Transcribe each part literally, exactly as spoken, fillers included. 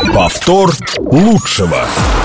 Повтор лучшего.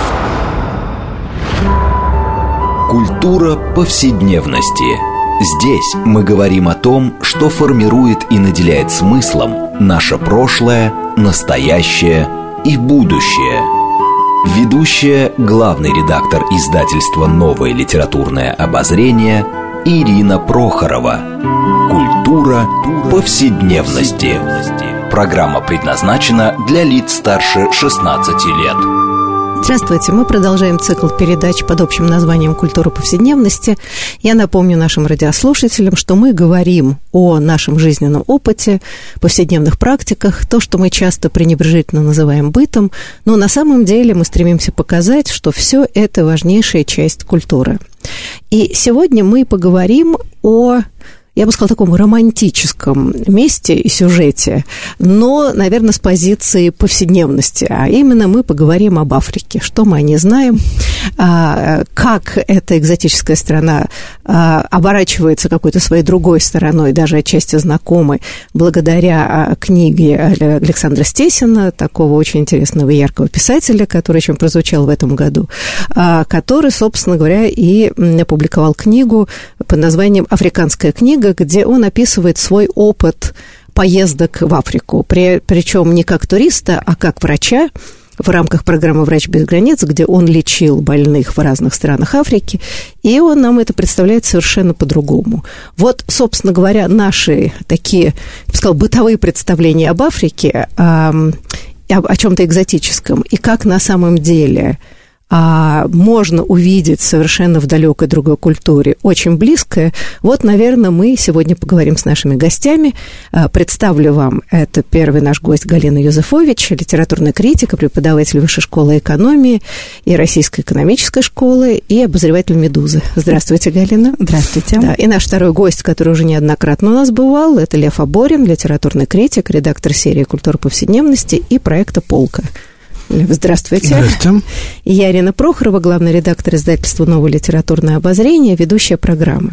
Культура повседневности. Здесь мы говорим о том, что формирует и наделяет смыслом наше прошлое, настоящее и будущее. Ведущая, главный редактор издательства «Новое литературное обозрение» Ирина Прохорова. Культура повседневности. Программа предназначена для лиц старше шестнадцати лет. Здравствуйте, мы продолжаем цикл передач под общим названием «Культура повседневности». Я напомню нашим радиослушателям, что мы говорим о нашем жизненном опыте, повседневных практиках, то, что мы часто пренебрежительно называем бытом, но на самом деле мы стремимся показать, что все это важнейшая часть культуры. И сегодня мы поговорим о... я бы сказала, таком романтическом месте и сюжете, но, наверное, с позиции повседневности. А именно мы поговорим об Африке. Что мы о ней знаем, как эта экзотическая страна оборачивается какой-то своей другой стороной, даже отчасти знакомой, благодаря книге Александра Стесина, такого очень интересного и яркого писателя, который еще прозвучал в этом году, который, собственно говоря, и опубликовал книгу под названием «Африканская книга», где он описывает свой опыт поездок в Африку, при, причем не как туриста, а как врача в рамках программы «Врач без границ», где он лечил больных в разных странах Африки, и он нам это представляет совершенно по-другому. Вот, собственно говоря, наши такие, я бы сказала, бытовые представления об Африке, о, о чем-то экзотическом, и как на самом деле... А можно увидеть совершенно в далекой другой культуре, очень близкое. Вот, наверное, мы сегодня поговорим с нашими гостями. Представлю вам, это первый наш гость Галина Юзефович, литературная критика, преподаватель Высшей школы экономии и Российской экономической школы и обозреватель «Медузы». Здравствуйте, Галина. Здравствуйте. Да, и наш второй гость, который уже неоднократно у нас бывал, это Лев Аборин, литературный критик, редактор серии «Культура повседневности» и проекта «Полка». Здравствуйте. Здравствуйте. Я Ирина Прохорова, главный редактор издательства «Новое литературное обозрение», ведущая программы.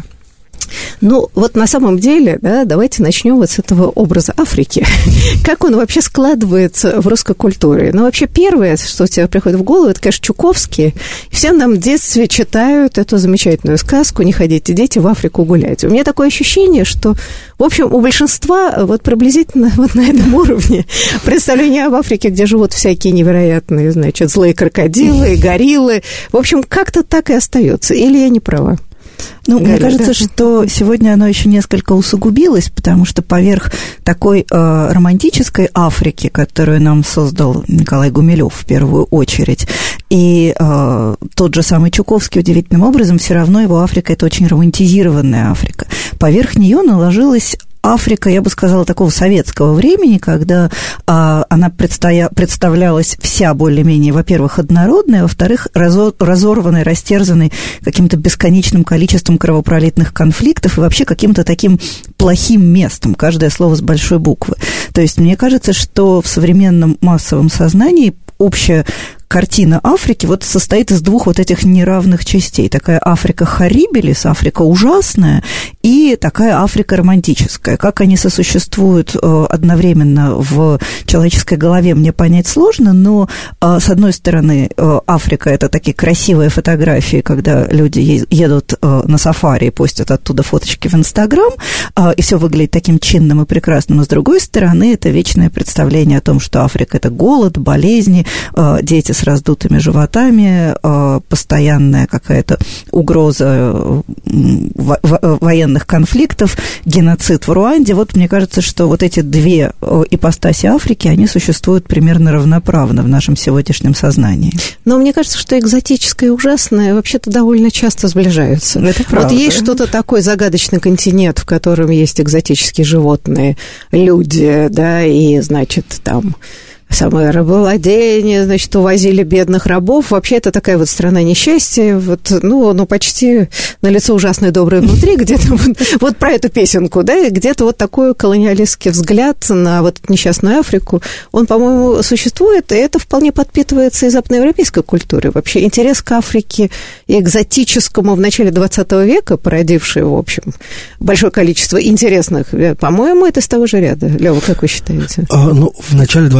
Ну, вот на самом деле, да, давайте начнем вот с этого образа Африки. Как он вообще складывается в русской культуре? Ну, вообще, первое, что тебе приходит в голову, это, конечно, Чуковский. Всем нам в детстве читают эту замечательную сказку «Не ходите, дети, в Африку гулять». У меня такое ощущение, что, в общем, у большинства вот приблизительно вот на этом уровне представление об Африке, где живут всякие невероятные, значит, злые крокодилы, гориллы. В общем, как-то так и остается. Или я не права? Ну, Галя, мне кажется, да? что сегодня оно еще несколько усугубилось, потому что поверх такой э, романтической Африки, которую нам создал Николай Гумилев в первую очередь, и э, тот же самый Чуковский удивительным образом, все равно его Африка – это очень романтизированная Африка. Поверх нее наложилась Африка, я бы сказала, такого советского времени, когда а, она предстоя... представлялась вся более-менее, во-первых, однородной, во-вторых, разо... разорванной, растерзанной каким-то бесконечным количеством кровопролитных конфликтов и вообще каким-то таким плохим местом, каждое слово с большой буквы. То есть мне кажется, что в современном массовом сознании общая картина Африки вот состоит из двух вот этих неравных частей. Такая Африка хоррибилис, Африка ужасная, и такая Африка романтическая. Как они сосуществуют одновременно в человеческой голове, мне понять сложно, но, с одной стороны, Африка – это такие красивые фотографии, когда люди едут на сафари и постят оттуда фоточки в Инстаграм, и все выглядит таким чинным и прекрасным. Но, с другой стороны, это вечное представление о том, что Африка – это голод, болезни, дети с раздутыми животами, постоянная какая-то угроза военных конфликтов, геноцид в Руанде. Вот мне кажется, что вот эти две ипостаси Африки, они существуют примерно равноправно в нашем сегодняшнем сознании. Но мне кажется, что экзотическое и ужасное вообще-то довольно часто сближаются. Это правда. Вот есть что-то такой загадочный континент, в котором есть экзотические животные, люди, да, и, значит, там... самое рабовладение, значит, увозили бедных рабов. Вообще, это такая вот страна несчастья, вот, ну, ну, почти на лицо ужасное доброе внутри, где-то вот, вот про эту песенку, да, и где-то вот такой колониалистский взгляд на вот несчастную Африку, он, по-моему, существует, и это вполне подпитывается и западноевропейской культурой. Вообще, интерес к Африке и экзотическому в начале двадцатого века, породивший, в общем, большое количество интересных, по-моему, это с того же ряда. Лёва, как вы считаете? А, ну, в начале двадцатого века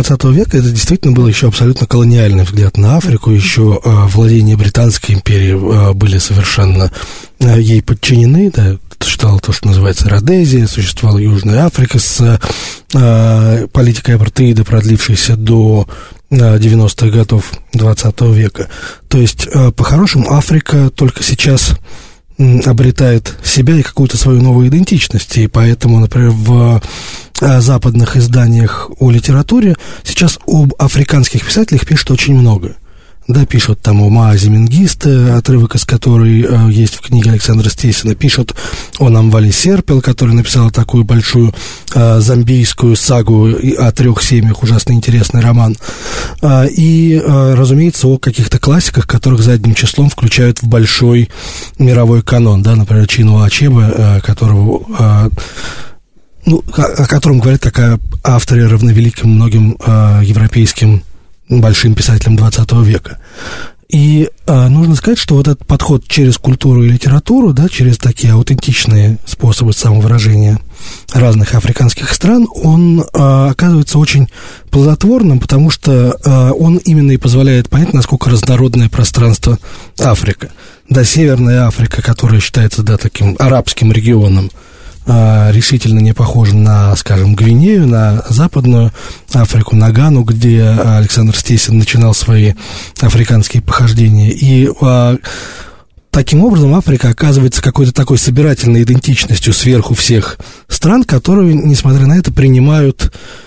века это действительно был еще абсолютно колониальный взгляд на Африку. Еще владения Британской империи были совершенно ей подчинены, да. Существовало то, что называется Родезия, существовала Южная Африка с э, политикой апартеида, продлившейся до э, девяностых годов двадцатого века. То есть, э, по-хорошему, Африка только сейчас э, обретает себя и какую-то свою новую идентичность. И поэтому, например, в э, западных изданиях о литературе сейчас об африканских писателях пишут очень много. Да, пишут там о Маазе Менгисте, отрывок из которой э, есть в книге Александра Стесина, пишут о Намвале Серпел, который написал такую большую э, зомбийскую сагу о трех семьях, ужасно интересный роман, э, и, э, разумеется, о каких-то классиках, которых задним числом включают в большой мировой канон, да, например, Чинуа Ачебе, э, которого... Э, ну, о, о котором говорят как о авторе равновеликим многим э, европейским большим писателем двадцатого века. И э, нужно сказать, что вот этот подход через культуру и литературу, да, через такие аутентичные способы самовыражения разных африканских стран, он э, оказывается очень плодотворным, потому что э, он именно и позволяет понять, насколько разнородное пространство Африка. Да, Северная Африка, которая считается, да, таким арабским регионом, решительно не похожа на, скажем, Гвинею, на Западную Африку, на Гану, где Александр Стесин начинал свои африканские похождения. И а, таким образом Африка оказывается какой-то такой собирательной идентичностью сверху всех стран, которые, несмотря на это, принимают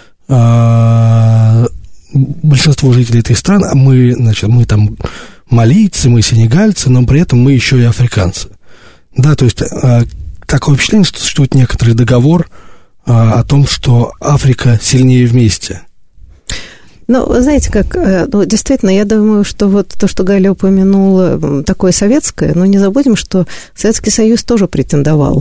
а, большинство жителей этой страны. Мы, значит, мы там малийцы, мы сенегальцы, но при этом мы еще и африканцы. Да, то есть... А, такое впечатление, что существует некоторый договор а, о том, что Африка сильнее вместе. Ну, знаете, как, ну, действительно, я думаю, что вот то, что Галя упомянула, такое советское, но не забудем, что Советский Союз тоже претендовал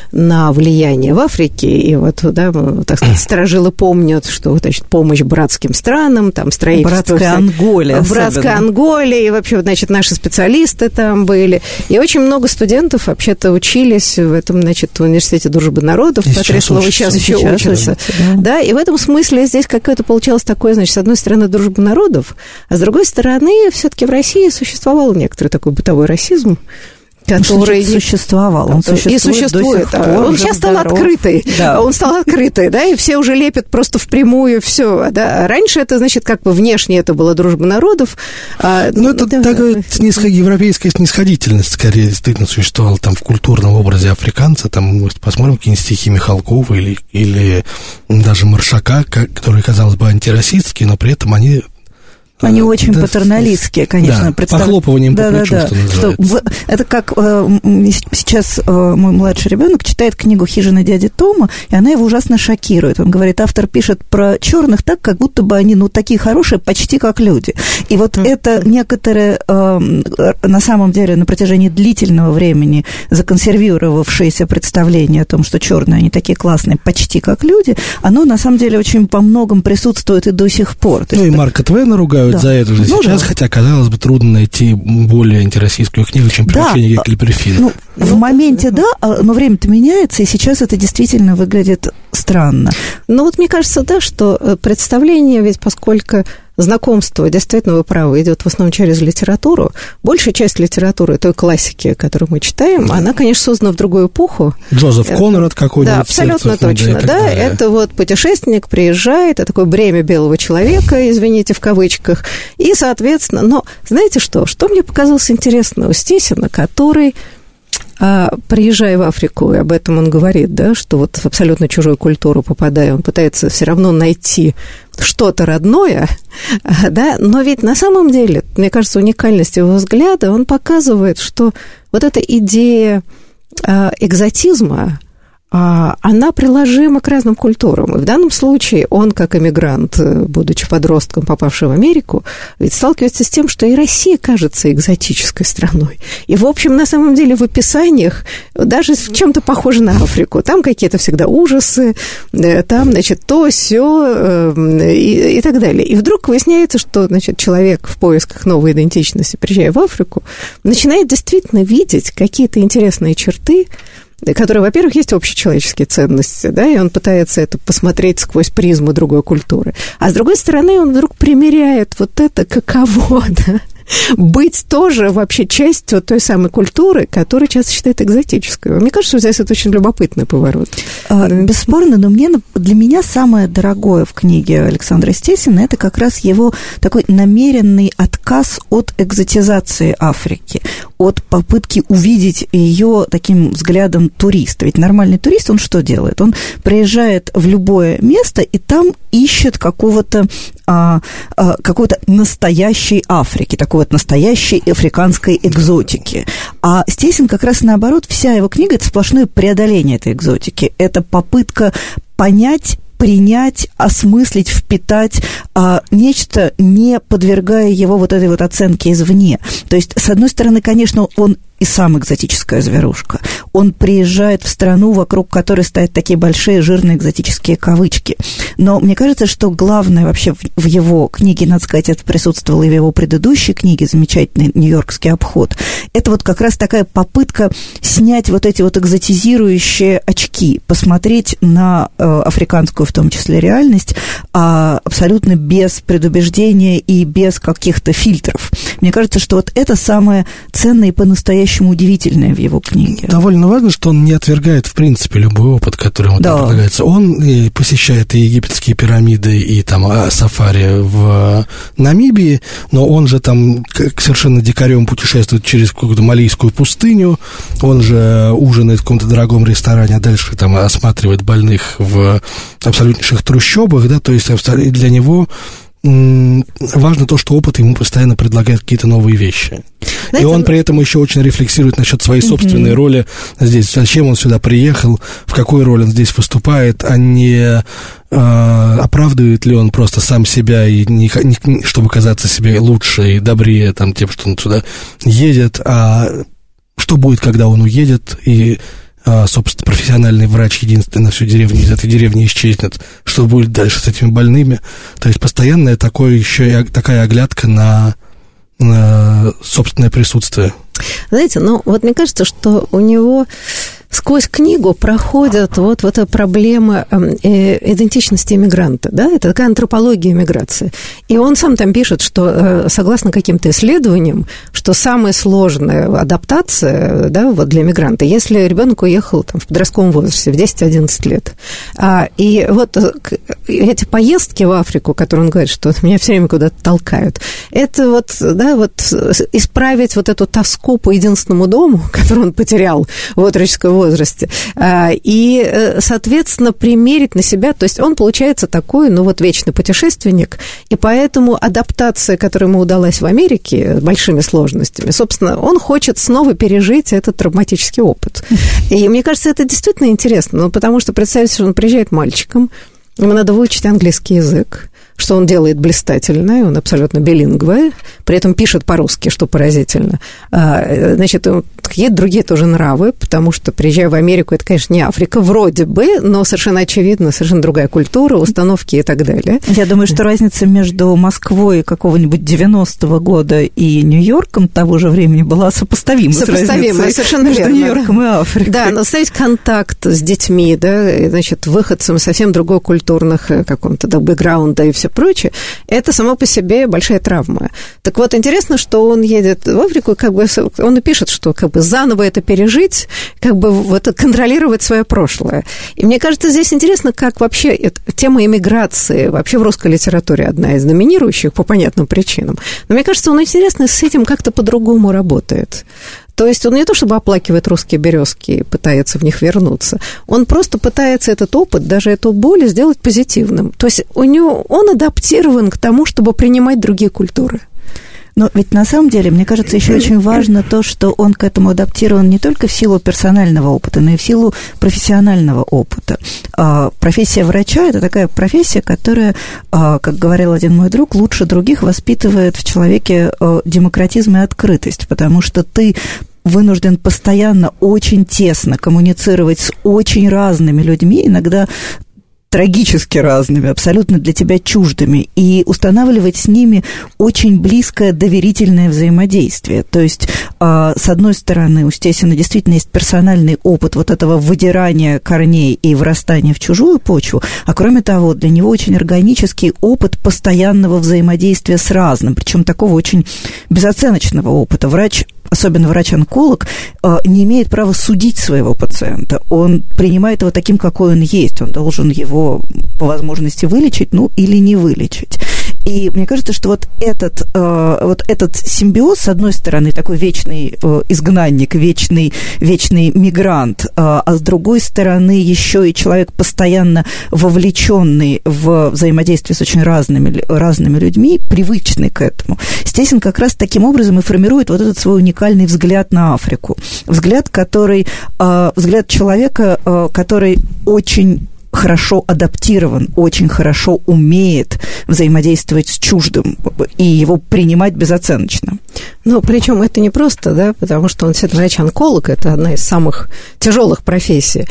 на влияние в Африке, и вот, да, так сказать, старожилы помнят, что, значит, помощь братским странам, там, строительство... Братская Анголе. Братская Анголе, и вообще, значит, наши специалисты там были, и очень много студентов вообще-то учились в этом, значит, в университете дружбы народов, Патрислава сейчас еще учатся, да. Да, и в этом смысле здесь какое-то получалось такое, значит, с одной стороны, дружба народов, а с другой стороны, все-таки в России существовал некоторый такой бытовой расизм, который существовал, он существует, и существует. До сих пор, он сейчас стал здоров. открытый, да. он стал открытый, да, и все уже лепят просто впрямую все, да. Раньше это, значит, как бы внешне это была дружба народов. А, ну, это да, такая снисход... европейская снисходительность, скорее, действительно существовала там в культурном образе африканца, там, мы посмотрим какие-нибудь стихи Михалкова или, или даже Маршака, который, казалось бы, антироссийские, но при этом они... Они очень да, патерналистские, конечно. Да, представ... похлопыванием по да, плечу, да, да. что называется. Что, это как э, сейчас э, мой младший ребенок читает книгу «Хижина дяди Тома», и она его ужасно шокирует. Он говорит, автор пишет про черных так, как будто бы они, ну, такие хорошие, почти как люди. И вот mm-hmm. это некоторое, э, на самом деле, на протяжении длительного времени законсервировавшееся представление о том, что черные, они такие классные, почти как люди, оно, на самом деле, очень по многому присутствует и до сих пор. То ну, есть, и Марка Твена ругают. Да. За это уже ну, сейчас, да. хотя, казалось бы, трудно найти более антироссийскую книгу, чем «Приключения да. Геккеля Перфина». Ну, в моменте, да, но время-то меняется, и сейчас это действительно выглядит странно. Ну, вот мне кажется, да, что представление, ведь поскольку знакомство, действительно, вы правы, идет в основном через литературу. Большая часть литературы, той классики, которую мы читаем, да. она, конечно, создана в другую эпоху. Джозеф Конрад какой-нибудь. Да, абсолютно точно, да. да. Это вот путешественник приезжает, это такое бремя белого человека, извините, в кавычках, и, соответственно, но знаете что? Что мне показалось интересно у Стесина, который... А, приезжая в Африку, и об этом он говорит, да, что вот в абсолютно чужую культуру попадая, он пытается все равно найти что-то родное, да, но ведь на самом деле, мне кажется, уникальность его взгляда, он показывает, что вот эта идея а, экзотизма, она приложима к разным культурам. И в данном случае он, как эмигрант, будучи подростком, попавший в Америку, ведь сталкивается с тем, что и Россия кажется экзотической страной. И, в общем, на самом деле в описаниях даже в чем-то похоже на Африку. Там какие-то всегда ужасы, там, значит, то, сё и, и так далее. И вдруг выясняется, что, значит, человек в поисках новой идентичности, приезжая в Африку, начинает действительно видеть какие-то интересные черты которые, во-первых, есть общечеловеческие ценности, да, и он пытается это посмотреть сквозь призму другой культуры. А с другой стороны, он вдруг примеряет вот это каково, да, быть тоже вообще частью той самой культуры, которую часто считают экзотической. Мне кажется, что здесь это очень любопытный поворот. Бесспорно, но мне, для меня самое дорогое в книге Александра Стесина – это как раз его такой намеренный отказ от экзотизации Африки, от попытки увидеть ее таким взглядом туриста. Ведь нормальный турист, он что делает? Он приезжает в любое место и там ищет какого-то, а, а, какой-то настоящей Африки, такой вот настоящей африканской экзотики. А Стесин как раз наоборот, вся его книга – это сплошное преодоление этой экзотики. Это попытка понять, принять, осмыслить, впитать а, нечто, не подвергая его вот этой вот оценке извне. То есть, с одной стороны, конечно, он и сам экзотическая зверушка. Он приезжает в страну, вокруг которой стоят такие большие жирные экзотические кавычки. Но мне кажется, что главное вообще в, в его книге, надо сказать, это присутствовало и в его предыдущей книге, замечательный «Нью-Йоркский обход», это вот как раз такая попытка снять вот эти вот экзотизирующие очки, посмотреть на э, африканскую, в том числе, реальность а, абсолютно без предубеждения и без каких-то фильтров. Мне кажется, что вот это самое ценное и по-настоящему удивительное в его книге. Довольно важно, что он не отвергает, в принципе, любой опыт, который ему да. там предлагается. Он и посещает и египетские пирамиды, и там сафари в Намибии, но он же там совершенно дикарем путешествует через какую-то малийскую пустыню, он же ужинает в каком-то дорогом ресторане, а дальше там осматривает больных в абсолютнейших трущобах, да, то есть для него важно то, что опыт ему постоянно предлагает какие-то новые вещи. Знаете, и он при этом еще очень рефлексирует насчет своей собственной mm-hmm. роли здесь. Зачем он сюда приехал, в какой роли он здесь выступает, а не э, оправдывает ли он просто сам себя, и не, не, чтобы казаться себе лучше и добрее там, тем, что он сюда едет, а что будет, когда он уедет, и собственно, профессиональный врач единственный на всю деревню из этой деревни исчезнет, что будет дальше с этими больными. То есть постоянная такое еще и такая оглядка на, на собственное присутствие. Знаете, ну вот мне кажется, что у него сквозь книгу проходит вот, вот эта проблема э, идентичности иммигранта, да, это такая антропология иммиграции. И он сам там пишет, что э, согласно каким-то исследованиям, что самая сложная адаптация, да, вот для иммигранта, если ребенок уехал там, в подростковом возрасте, в десять-одиннадцать лет, а, и вот эти поездки в Африку, которые он говорит, что меня все время куда-то толкают, это вот, да, вот исправить вот эту тоску по единственному дому, который он потерял в отроческом возрасте, и, соответственно, примерить на себя, то есть он, получается, такой, ну, вот вечный путешественник, и поэтому адаптация, которая ему удалась в Америке с большими сложностями, собственно, он хочет снова пережить этот травматический опыт. И мне кажется, это действительно интересно, ну, потому что представьте, что он приезжает мальчиком, ему надо выучить английский язык, что он делает блистательно, он абсолютно билингвый, при этом пишет по-русски, что поразительно. Значит, какие-то другие тоже нравы, потому что, приезжая в Америку, это, конечно, не Африка, вроде бы, но совершенно очевидно, совершенно другая культура, установки и так далее. Я думаю, что разница между Москвой какого-нибудь девяностого года и Нью-Йорком того же времени была сопоставима. Сопоставима, совершенно между верно. Между Нью-Йорком да. и Африкой. Да, но ставить контакт с детьми, да, значит, выходцем совсем другой культурных каком-то да, бэкграунда и все прочее, это само по себе большая травма. Так вот, интересно, что он едет в Африку, как бы он и пишет, что как бы заново это пережить, как бы вот контролировать свое прошлое. И мне кажется, здесь интересно, как вообще эта тема иммиграции вообще в русской литературе одна из доминирующих по понятным причинам. Но мне кажется, он интересно с этим как-то по-другому работает. То есть он не то чтобы оплакивает русские березки и пытается в них вернуться, он просто пытается этот опыт, даже эту боль сделать позитивным. То есть у него, он адаптирован к тому, чтобы принимать другие культуры. Но ведь на самом деле, мне кажется, еще очень важно то, что он к этому адаптирован не только в силу персонального опыта, но и в силу профессионального опыта. Профессия врача – это такая профессия, которая, как говорил один мой друг, лучше других воспитывает в человеке демократизм и открытость, потому что ты вынужден постоянно очень тесно коммуницировать с очень разными людьми, иногда трагически разными, абсолютно для тебя чуждыми, и устанавливать с ними очень близкое доверительное взаимодействие. То есть, э, с одной стороны, у Стесина действительно есть персональный опыт вот этого выдирания корней и врастания в чужую почву, а кроме того, для него очень органический опыт постоянного взаимодействия с разным, причем такого очень безоценочного опыта. Врач, особенно врач-онколог, не имеет права судить своего пациента. Он принимает его таким, какой он есть. Он должен его по возможности вылечить, ну, или не вылечить. И мне кажется, что вот этот, вот этот симбиоз, с одной стороны, такой вечный изгнанник, вечный, вечный мигрант, а с другой стороны, еще и человек, постоянно вовлеченный в взаимодействие с очень разными, разными людьми, привычный к этому. Стесин как раз таким образом и формирует вот этот свой уникальный взгляд на Африку. Взгляд, который, взгляд человека, который очень хорошо адаптирован, очень хорошо умеет взаимодействовать с чуждым и его принимать безоценочно. Ну, причем это не просто, да, потому что он действительно врач-онколог, это одна из самых тяжелых профессий.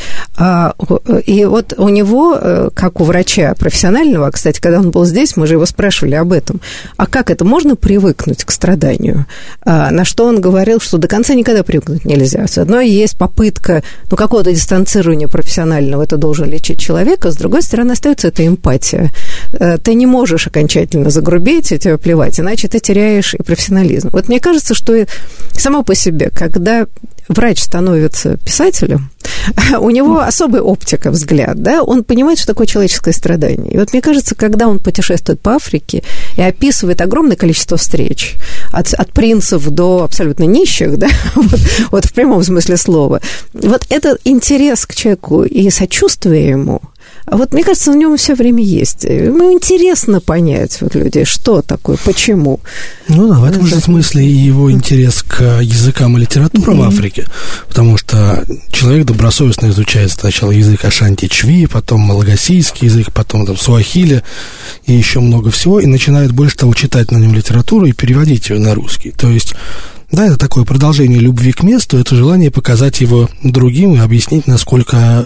И вот у него, как у врача профессионального, кстати, когда он был здесь, мы же его спрашивали об этом, а как это, можно привыкнуть к страданию? На что он говорил, что до конца никогда привыкнуть нельзя. С одной есть попытка, ну, какого-то дистанцирования профессионального, это должен лечить человека, с другой стороны, остается эта эмпатия. Ты не можешь окончательно загрубеть, и тебе плевать, иначе ты теряешь и профессионализм. Вот мне кажется, что само по себе, когда врач становится писателем, у него особая оптика, взгляд, да, он понимает, что такое человеческое страдание. И вот мне кажется, когда он путешествует по Африке и описывает огромное количество встреч, от, от принцев до абсолютно нищих, да, вот, вот в прямом смысле слова, вот этот интерес к человеку и сочувствие ему, а вот, мне кажется, в нем все время есть. Ему интересно понять вот людей, что такое, почему. Ну да, в этом же смысле и его интерес к языкам и литературе mm-hmm. в Африке, потому что человек добросовестно изучает сначала язык ашанти-чви, потом малагасийский язык, потом там суахили и еще много всего, и начинает больше того читать на нем литературу и переводить ее на русский. То есть, да, это такое продолжение любви к месту, это желание показать его другим и объяснить, насколько...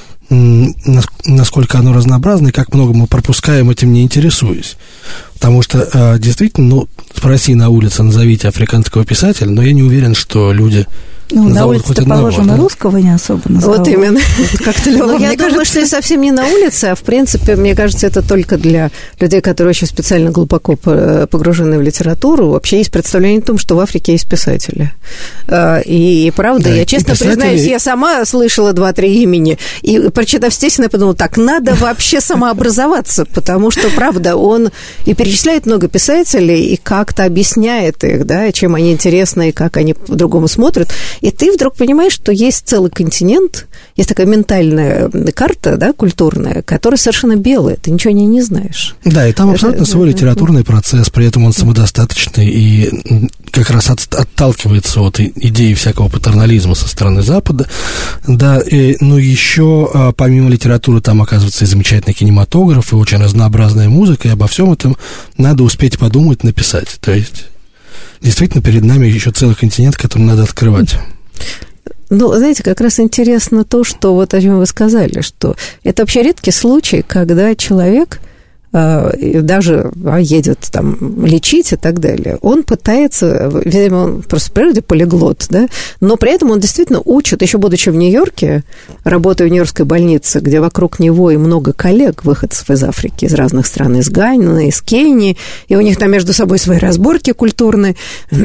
насколько оно разнообразно и как много мы пропускаем, этим не интересуясь. Потому что, действительно, ну, спроси на улице, назовите африканского писателя, но я не уверен, что люди... Ну, на улице, положим, да? Русского не особо назовут. Вот именно. Как-то ну, я думаю, что и совсем не на улице, а, в принципе, мне кажется, это только для людей, которые очень специально глубоко погружены в литературу. Вообще есть представление о том, что в Африке есть писатели. И, и правда, да, я честно писатели... признаюсь, я сама слышала два-три имени, и, прочитав Стесина, я подумала, так, надо вообще самообразоваться, потому что, правда, он и перечисляет много писателей, и как-то объясняет их, да, чем они интересны, и как они по-другому смотрят. И ты вдруг понимаешь, что есть целый континент, есть такая ментальная карта, да, культурная, которая совершенно белая, ты ничего о ней не знаешь. Да, и там абсолютно свой литературный процесс, при этом он самодостаточный и как раз от, отталкивается от идеи всякого патернализма со стороны Запада. Да, и, ну, еще помимо литературы там, оказывается, и замечательный кинематограф, и очень разнообразная музыка, и обо всем этом надо успеть подумать, написать. То есть... Действительно, перед нами еще целый континент, который надо открывать. Ну, знаете, как раз интересно то, что вот о чем вы сказали, что это вообще редкий случай, когда человек э, даже едет там лечить и так далее, он пытается, видимо, он просто в природе полиглот, да, но при этом он действительно учит, еще будучи в Нью-Йорке, работая в Нью-Йоркской больнице, где вокруг него и много коллег, выходцев из Африки, из разных стран, из Ганы, из Кении, и у них там между собой свои разборки культурные.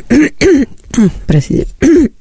Простите.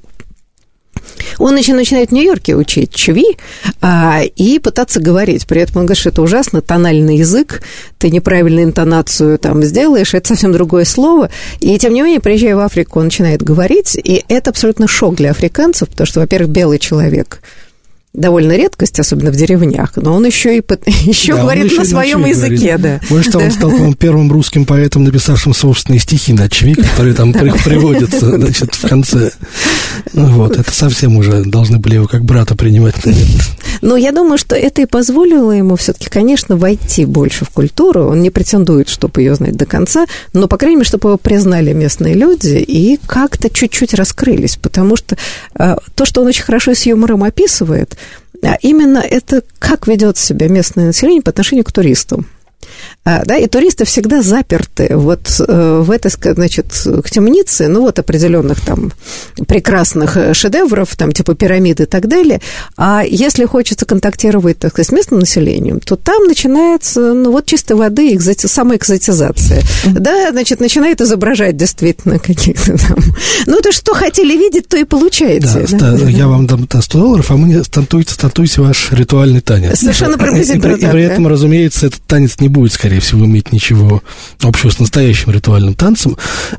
Он еще начинает в Нью-Йорке учить чви а, и пытаться говорить. При этом он говорит, что это ужасно, тональный язык, ты неправильную интонацию там сделаешь, это совсем другое слово. И, тем не менее, приезжая в Африку, он начинает говорить, и это абсолютно шок для африканцев, потому что, во-первых, белый человек довольно редкость, особенно в деревнях, но он еще и еще да, говорит еще на своем языке. Да. Больше того, он стал, по-моему, первым русским поэтом, написавшим собственные стихи на чви, которые там приводятся, значит, в конце. Вот, это совсем уже должны были его как брата принимать. Но я думаю, что это и позволило ему все-таки, конечно, войти больше в культуру. Он не претендует, чтобы ее знать до конца, но, по крайней мере, чтобы его признали местные люди и как-то чуть-чуть раскрылись, потому что то, что он очень хорошо с юмором описывает, а именно это как ведет себя местное население по отношению к туристам. А, да, и туристы всегда заперты вот э, в этой, значит, к темнице, ну, вот определенных там прекрасных шедевров, там, типа пирамид и так далее. А если хочется контактировать, так сказать, с местным населением, то там начинается, ну, вот чистой воды экзоти... самоэкзотизация. Mm-hmm. Да, значит, начинает изображать действительно каких-то там... Ну, то, что хотели видеть, то и получаете. Да, да? Я вам дам сто долларов, а мы не стантуйте, стантуйте ваш ритуальный танец. Совершенно приблизительно. И, и, и при этом, разумеется, этот танец не будет, скорее всего, иметь ничего общего с настоящим ритуальным танцем,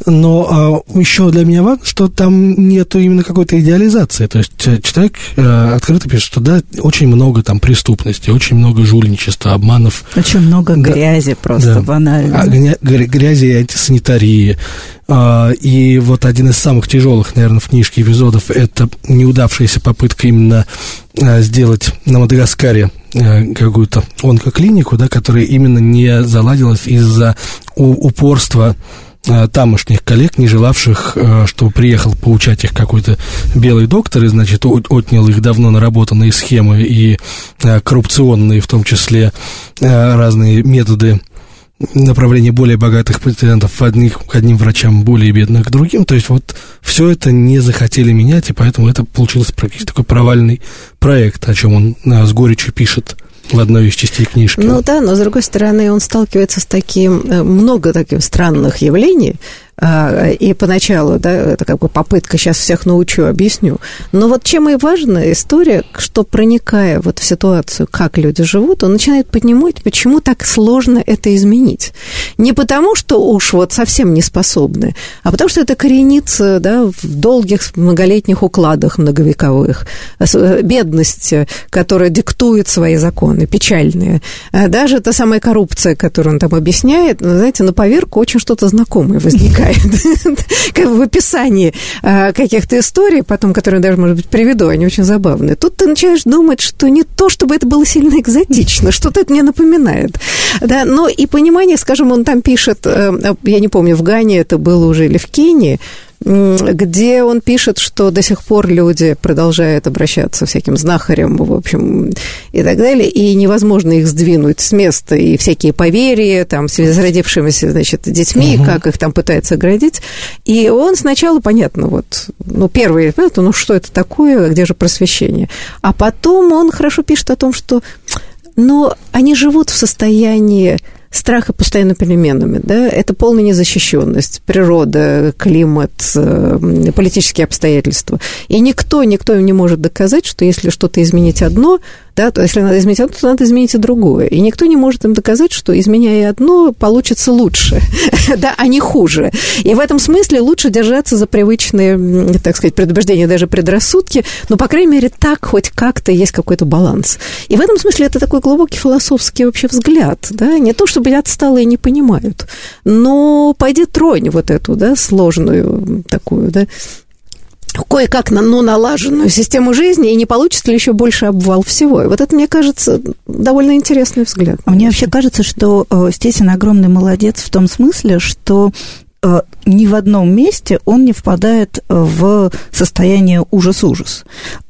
но а, еще для меня важно, что там нету именно какой-то идеализации, то есть человек а, открыто пишет, что да, очень много там преступности, очень много жульничества, обманов. Очень много да, грязи просто, да, банально. А, грязи и антисанитарии. А, и вот один из самых тяжелых, наверное, в книжке эпизодов — это неудавшаяся попытка именно а, сделать на Мадагаскаре какую-то онкоклинику, да, которая именно не заладилась из-за упорства тамошних коллег, не желавших, чтобы приехал поучать их какой-то белый доктор, и, значит, отнял их давно наработанные схемы и коррупционные, в том числе, разные методы направление более богатых пациентов одних, к одним врачам, более бедных к другим. То есть вот все это не захотели менять, и поэтому это получился практически такой провальный проект, о чем он с горечью пишет в одной из частей книжки. Ну да, но с другой стороны он сталкивается с таким, много таких странных явлений, и поначалу, да, это как бы попытка, сейчас всех научу, объясню. Но вот чем и важна история, что, проникая вот в ситуацию, как люди живут, он начинает понимать, почему так сложно это изменить. Не потому, что уж вот совсем не способны, а потому, что это коренится, да, в долгих многолетних укладах многовековых, бедности, которая диктует свои законы, печальные. Даже та самая коррупция, которую он там объясняет, знаете, на поверку очень что-то знакомое возникает. Как в описании каких-то историй, потом, которые даже, может быть, приведу, они очень забавные. Тут ты начинаешь думать, что не то, чтобы это было сильно экзотично, что-то это мне напоминает. Да, но и понимание, скажем, он там пишет, я не помню, в Гане это было уже или в Кении, где он пишет, что до сих пор люди продолжают обращаться всяким знахарям, в общем, и так далее, и невозможно их сдвинуть с места, и всякие поверья, там, с зародившимися, значит, детьми, угу. как их там пытаются оградить. И он сначала, понятно, вот, ну, первый, ну, что это такое, где же просвещение? А потом он хорошо пишет о том, что, ну, они живут в состоянии страха постоянно переменами, да, это полная незащищенность, природа, климат, политические обстоятельства. И никто, никто им не может доказать, что если что-то изменить одно, да, то если надо изменить одно, то надо изменить и другое. И никто не может им доказать, что, изменяя одно, получится лучше, да, а не хуже. И в этом смысле лучше держаться за привычные, так сказать, предубеждения, даже предрассудки, но, по крайней мере, так хоть как-то есть какой-то баланс. И в этом смысле это такой глубокий философский вообще взгляд, да, не то, чтобы отсталые не понимают, но пойди тронь вот эту, да, сложную такую, да, кое-как, ну, налаженную систему жизни, и не получится ли еще больше обвал всего. И вот это, мне кажется, довольно интересный взгляд. Мне вообще кажется, что Стесин огромный молодец в том смысле, что ни в одном месте он не впадает в состояние ужас-ужас.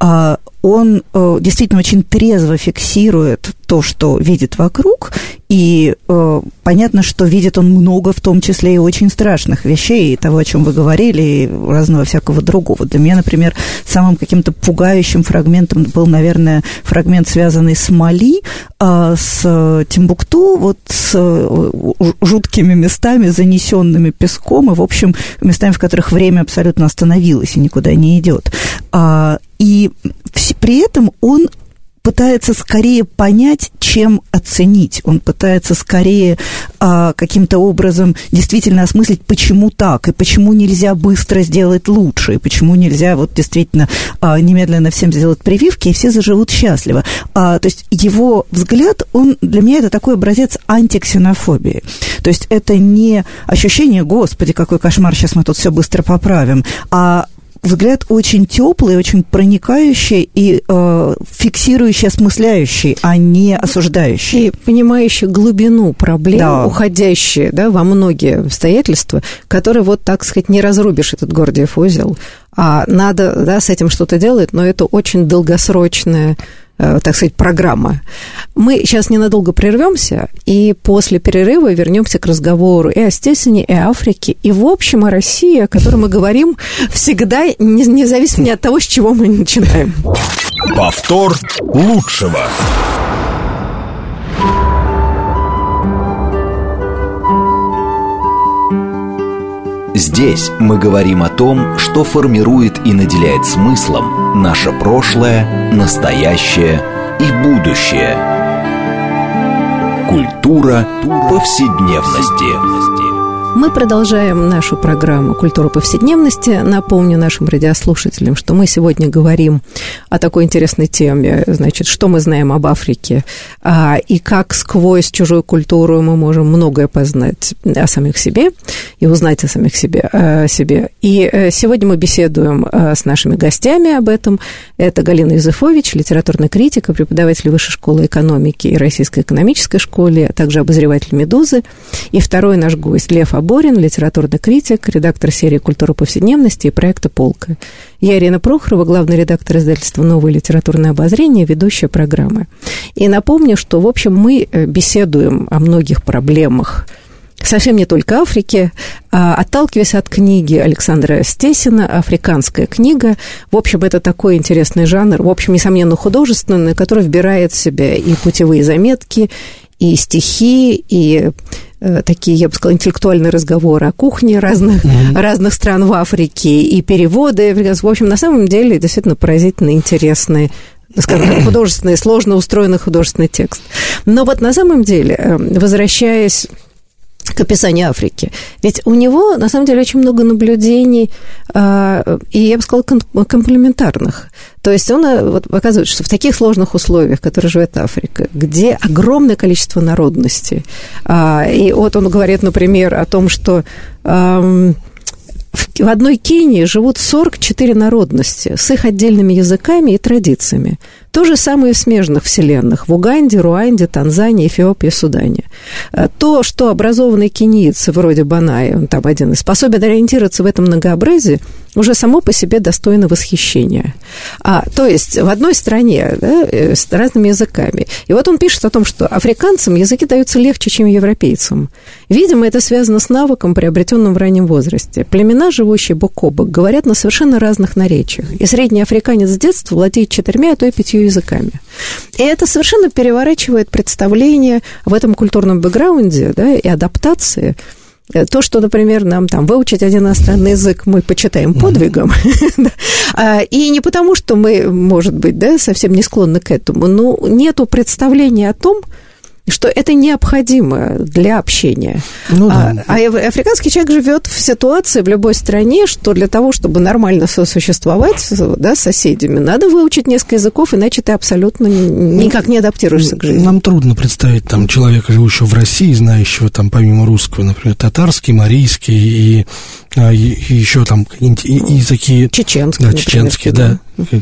Он действительно очень трезво фиксирует то, что видит вокруг, и э, понятно, что видит он много, в том числе и очень страшных вещей, и того, о чем вы говорили, и разного всякого другого. Для меня, например, самым каким-то пугающим фрагментом был, наверное, фрагмент, связанный с Мали, э, с Тимбукту, вот с э, жуткими местами, занесенными песком, и, в общем, местами, в которых время абсолютно остановилось и никуда не идет. А, и при этом он пытается скорее понять, чем оценить. Он пытается скорее а, каким-то образом действительно осмыслить, почему так, и почему нельзя быстро сделать лучше, и почему нельзя вот действительно а, немедленно всем сделать прививки, и все заживут счастливо. А, то есть его взгляд, он для меня это такой образец антиксенофобии. То есть это не ощущение, господи, какой кошмар, сейчас мы тут все быстро поправим, а взгляд очень теплый, очень проникающий и э, фиксирующий, осмысляющий, а не осуждающий. И понимающий глубину проблем, да. уходящие, да, во многие обстоятельства, которые, вот, так сказать, не разрубишь этот Гордиев узел, а надо, да, с этим что-то делать, но это очень долгосрочная так сказать, программа. Мы сейчас ненадолго прервемся, и после перерыва вернемся к разговору и о Стессине, и о Африке, и, в общем, о России, о которой мы говорим всегда, независимо от того, с чего мы начинаем. Повтор лучшего. Здесь мы говорим о том, что формирует и наделяет смыслом наше прошлое, настоящее и будущее. Культура повседневности. Мы продолжаем нашу программу «Культура повседневности». Напомню нашим радиослушателям, что мы сегодня говорим о такой интересной теме, значит, что мы знаем об Африке, а, и как сквозь чужую культуру мы можем многое познать о самих себе и узнать о самих себе. О себе. И сегодня мы беседуем с нашими гостями об этом. Это Галина Юзефович, литературный критик, преподаватель Высшей школы экономики и Российской экономической школы, а также обозреватель «Медузы». И второй наш гость Лев Аборин, литературный критик, редактор серии «Культура повседневности» и проекта «Полка». Я Ирина Прохорова, главный редактор издательства «Новое литературное обозрение», ведущая программы. И напомню, что, в общем, мы беседуем о многих проблемах, совсем не только Африки, а отталкиваясь от книги Александра Стессина «Африканская книга». В общем, это такой интересный жанр, в общем, несомненно, художественный, который вбирает в себя и путевые заметки, и стихи, и такие, я бы сказала, интеллектуальные разговоры о кухне разных, mm-hmm. разных стран в Африке, и переводы. В общем, на самом деле, действительно поразительно интересный, скажем так, художественный, сложно устроенный художественный текст. Но вот на самом деле, возвращаясь к описанию Африки, ведь у него, на самом деле, очень много наблюдений, и, я бы сказала, комплементарных. То есть он вот показывает, что в таких сложных условиях, в которых живет Африка, где огромное количество народностей, и вот он говорит, например, о том, что в одной Кении живут сорок четыре народности с их отдельными языками и традициями. То же самое в смежных вселенных в Уганде, Руанде, Танзании, Эфиопии, Судане. То, что образованный кенийец вроде Банаи, он там один из, способен ориентироваться в этом многообразии, уже само по себе достойно восхищения. А, то есть в одной стране, да, с разными языками. И вот он пишет о том, что африканцам языки даются легче, чем европейцам. Видимо, это связано с навыком, приобретенным в раннем возрасте. Племена, живущие бок о бок, говорят на совершенно разных наречиях. И средний африканец с детства владеет четырьмя, а то и пятью языками. И это совершенно переворачивает представление в этом культурном бэкграунде, да, и адаптации. То, что, например, нам там выучить один иностранный язык мы почитаем подвигом, mm-hmm. и не потому, что мы, может быть, да, совсем не склонны к этому, но нету представления о том, что это необходимо для общения. Ну, да. а, а африканский человек живет в ситуации в любой стране, что для того, чтобы нормально сосуществовать, да, с соседями, надо выучить несколько языков, иначе ты абсолютно никак не адаптируешься к жизни. Нам трудно представить там человека, живущего в России, знающего там помимо русского, например, татарский, марийский и, и, и еще там языки... Чеченский, да, чеченский, да.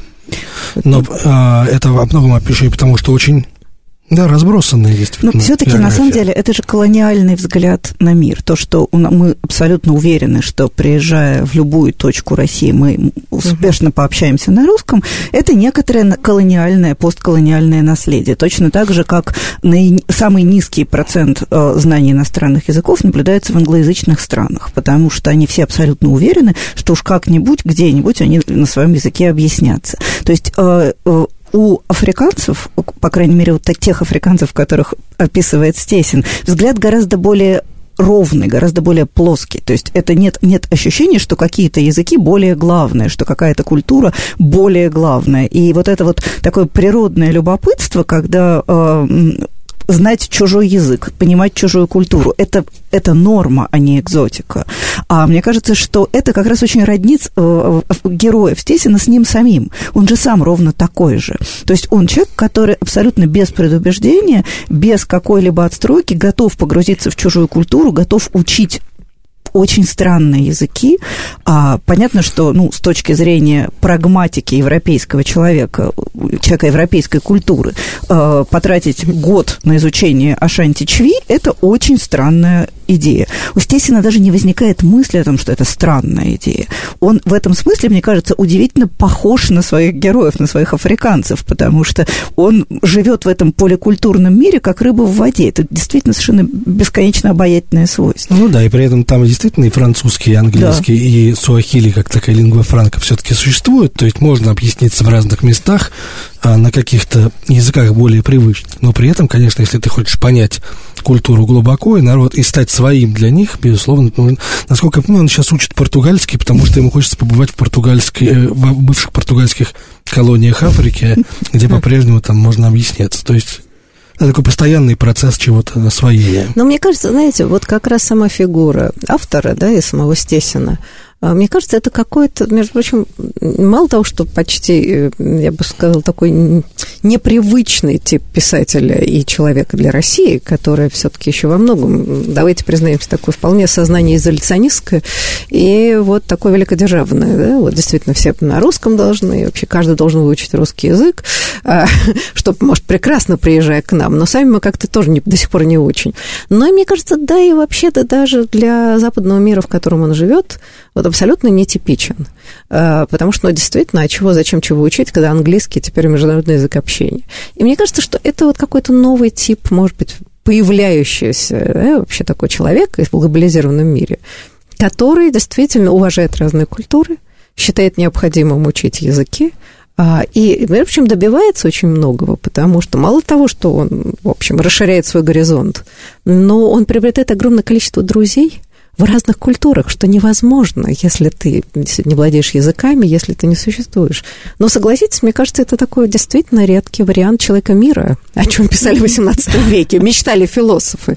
Но а, это во многом опишу и потому, что очень... Да, разбросанные действительно. Но все-таки, на самом деле, это же колониальный взгляд на мир. То, что мы абсолютно уверены, что, приезжая в любую точку России, мы успешно пообщаемся на русском, это некоторое колониальное, постколониальное наследие. Точно так же, как самый низкий процент знаний иностранных языков наблюдается в англоязычных странах, потому что они все абсолютно уверены, что уж как-нибудь, где-нибудь они на своем языке объяснятся. То есть... У африканцев, по крайней мере, вот тех африканцев, которых описывает Стессин, взгляд гораздо более ровный, гораздо более плоский. То есть это нет, нет ощущения, что какие-то языки более главные, что какая-то культура более главная. И вот это вот такое природное любопытство, когда... Э, знать чужой язык, понимать чужую культуру. Это, это норма, а не экзотика. А мне кажется, что это как раз очень роднит э, героев Стессина с ним самим. Он же сам ровно такой же. То есть он человек, который абсолютно без предубеждения, без какой-либо отстройки готов погрузиться в чужую культуру, готов учить очень странные языки. А, понятно, что, ну, с точки зрения прагматики европейского человека, человека европейской культуры, э, потратить год на изучение Ашанти-Чви – это очень странная идея. У Стессина даже не возникает мысли о том, что это странная идея. он в этом смысле, мне кажется, удивительно похож на своих героев, на своих африканцев, потому что он живет в этом поликультурном мире, как рыба в воде. Это действительно совершенно бесконечно обаятельное свойство. Ну да, и при этом там действительно и французский, и английский, да. и суахили, как такая лингва франка, все-таки существует, то есть можно объясниться в разных местах, а на каких-то языках более привычных. Но при этом, конечно, если ты хочешь понять культуру глубоко и народ, и стать своим для них, безусловно, ну, насколько я понимаю, он сейчас учит португальский, потому что ему хочется побывать в, португальской, в бывших португальских колониях Африки, где по-прежнему там можно объясняться. То есть это такой постоянный процесс чего-то освоения. Но мне кажется, знаете, вот как раз сама фигура автора, да, и самого Стессена, мне кажется, это какой-то, между прочим, мало того, что почти, я бы сказала, такой непривычный тип писателя и человека для России, который все-таки еще во многом, давайте признаемся, такое вполне сознание изоляционистское и вот такое великодержавное, да, вот действительно все на русском должны, и вообще каждый должен выучить русский язык, что, может, прекрасно приезжая к нам, но сами мы как-то тоже не, до сих пор не очень. Но, мне кажется, да, и вообще-то даже для западного мира, в котором он живет, вот абсолютно нетипичен, потому что, ну, действительно, а чего, зачем чего учить, когда английский теперь международный язык общения. И мне кажется, что это вот какой-то новый тип, может быть, появляющийся, да, вообще такой человек в глобализированном мире, который действительно уважает разные культуры, считает необходимым учить языки, и, в общем, добивается очень многого, потому что мало того, что он, в общем, расширяет свой горизонт, но он приобретает огромное количество друзей в разных культурах, что невозможно, если ты не владеешь языками, если ты не существуешь. Но, согласитесь, мне кажется, это такой действительно редкий вариант человека мира, о чем писали в восемнадцатом веке, мечтали философы.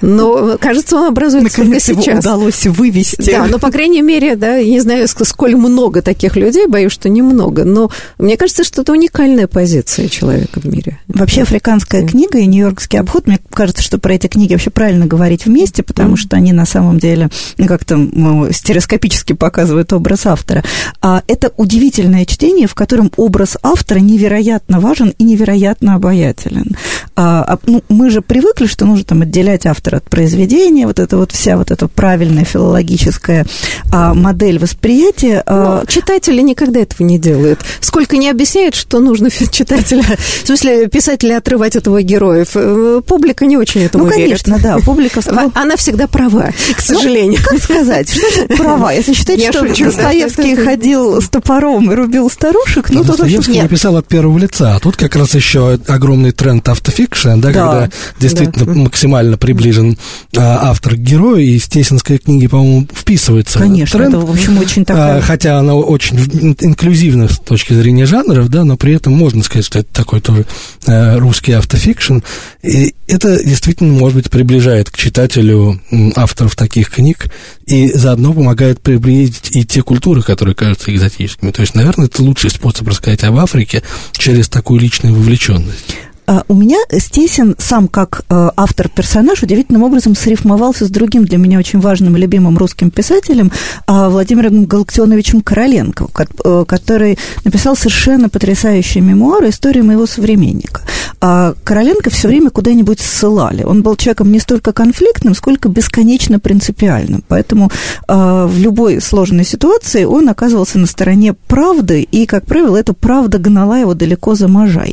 Но, кажется, он образуется только сейчас. Его удалось вывести. Да, но, по крайней мере, да, я не знаю, сколь много таких людей, боюсь, что немного, но мне кажется, что это уникальная позиция человека в мире. Вообще, африканская книга и нью-йоркский обход, мне кажется, что про эти книги вообще правильно говорить вместе, потому mm. что они на самом деле как-то стереоскопически показывают образ автора. А это удивительное чтение, в котором образ автора невероятно важен и невероятно обаятелен. А, ну, мы же привыкли, что нужно там отделять автора от произведения, вот это вот вся вот эта правильная филологическая а, модель восприятия. А... Читатели никогда этого не делают. Сколько не объясняют, что нужно читателя, в смысле писателя отрывать от его героев, публика не очень этому ну, верит. Ну, конечно, да, публика... Она всегда права, к сожалению. Как сказать? Что же права? Если считать, я что шучу, Достоевский да, ходил с топором и рубил старушек, ну, то... Достоевский написал от первого лица, а тут как раз еще огромный тренд автофикшн, да, да, когда действительно да. максимально приближен а, автор к герою, и стессенская книга, по-моему, вписывается Конечно, в тренд. это, в общем, очень такая... А, хотя она очень инклюзивна с точки зрения жанров, да, но при этом можно сказать, что это такой тоже а, русский автофикшн, и это действительно, может быть, приближает к читателю авторов таких книг, и заодно помогает приблизить и те культуры, которые кажутся экзотическими. То есть, наверное, это лучший способ рассказать об Африке через такую личную вовлеченность. У меня Стессен сам как э, автор-персонаж удивительным образом срифмовался с другим для меня очень важным и любимым русским писателем э, Владимиром Галактионовичем Короленко, ко- который написал совершенно потрясающие мемуары «История моего современника». А Короленко все время куда-нибудь ссылали. Он был человеком не столько конфликтным, сколько бесконечно принципиальным. Поэтому э, в любой сложной ситуации он оказывался на стороне правды, и, как правило, эта правда гнала его далеко за Можай.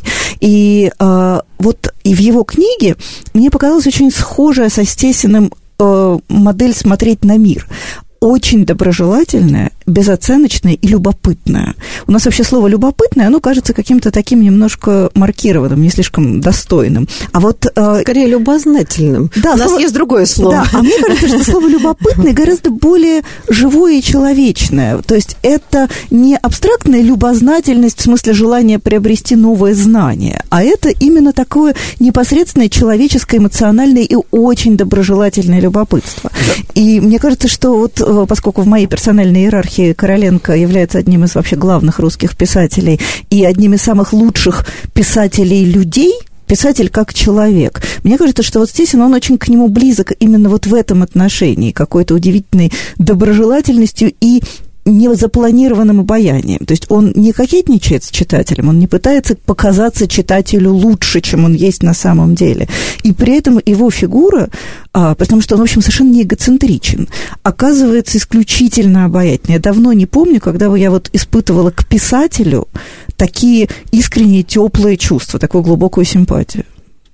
И э, вот и в его книге мне показалась очень схожая со Стессиным э, модель смотреть на мир. Очень доброжелательная, безоценочная и любопытная. У нас вообще слово «любопытное», оно кажется каким-то таким немножко маркированным, не слишком достойным. А вот... Э, Скорее, любознательным. Да, у нас слово, есть другое слово. Да, а мне кажется, что слово «любопытное» гораздо более живое и человечное. То есть это не абстрактная любознательность в смысле желания приобрести новое знание, а это именно такое непосредственное человеческое, эмоциональное и очень доброжелательное любопытство. Да. И мне кажется, что вот поскольку в моей персональной иерархии Короленко является одним из вообще главных русских писателей и одним из самых лучших писателей-людей, писатель как человек. Мне кажется, что вот Стессен, он очень к нему близок именно вот в этом отношении, какой-то удивительной доброжелательностью и незапланированным обаянием. То есть он не кокетничает с читателем, он не пытается показаться читателю лучше, чем он есть на самом деле. И при этом его фигура, потому что он, в общем, совершенно не эгоцентричен, оказывается исключительно обаятельной. Я давно не помню, когда я вот испытывала к писателю такие искренние, теплые чувства, такую глубокую симпатию.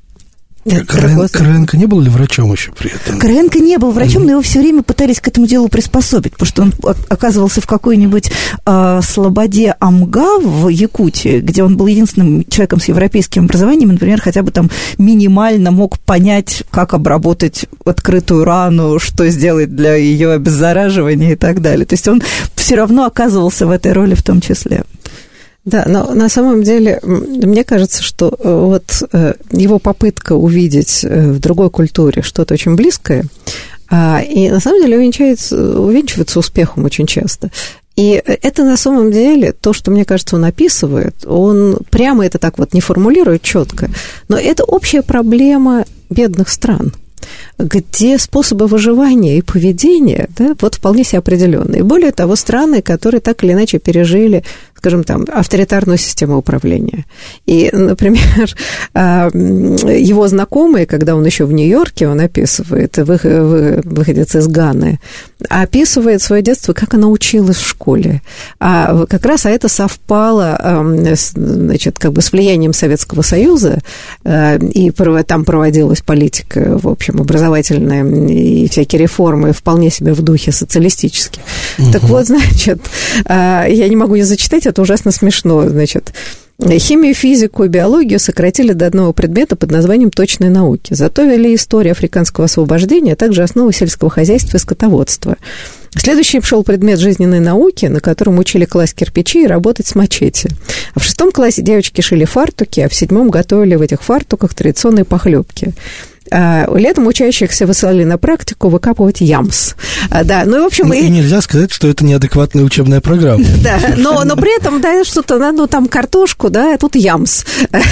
Короленко не был ли врачом еще при этом? Короленко не был врачом, mm-hmm. но его все время пытались к этому делу приспособить, потому что он оказывался в какой-нибудь э, слободе Амга в Якутии, где он был единственным человеком с европейским образованием, и, например, хотя бы там минимально мог понять, как обработать открытую рану, что сделать для ее обеззараживания и так далее. То есть он все равно оказывался в этой роли в том числе. Да, но на самом деле, мне кажется, что вот его попытка увидеть в другой культуре что-то очень близкое, и на самом деле увенчивается, увенчивается успехом очень часто. И это на самом деле то, что, мне кажется, он описывает, он прямо это так вот не формулирует четко, но это общая проблема бедных стран, где способы выживания и поведения, да, вот вполне себе определенные. И более того, страны, которые так или иначе пережили, скажем, там, авторитарную систему управления. И, например, его знакомые, когда он еще в Нью-Йорке, он описывает, выходец из Ганы, описывает свое детство, как она училась в школе. А как раз а это совпало, значит, как бы с влиянием Советского Союза, и там проводилась политика, в общем, образовательная, и всякие реформы вполне себе в духе социалистических. Угу. Так вот, значит, я не могу не зачитать, это ужасно смешно, значит. Химию, физику и биологию сократили до одного предмета под названием «точные науки». Зато вели историю африканского освобождения, а также основы сельского хозяйства и скотоводства. Следующим шел предмет жизненной науки, на котором учили класть кирпичи и работать с мачете. А в шестом классе девочки шили фартуки, а в седьмом готовили в этих фартуках традиционные похлебки. Летом учащихся высылали на практику выкапывать ямс. Да, ну, и, в общем, ну, и... и нельзя сказать, что это неадекватная учебная программа. Да, но, но при этом, да, что-то, ну, там картошку, да, а тут ямс.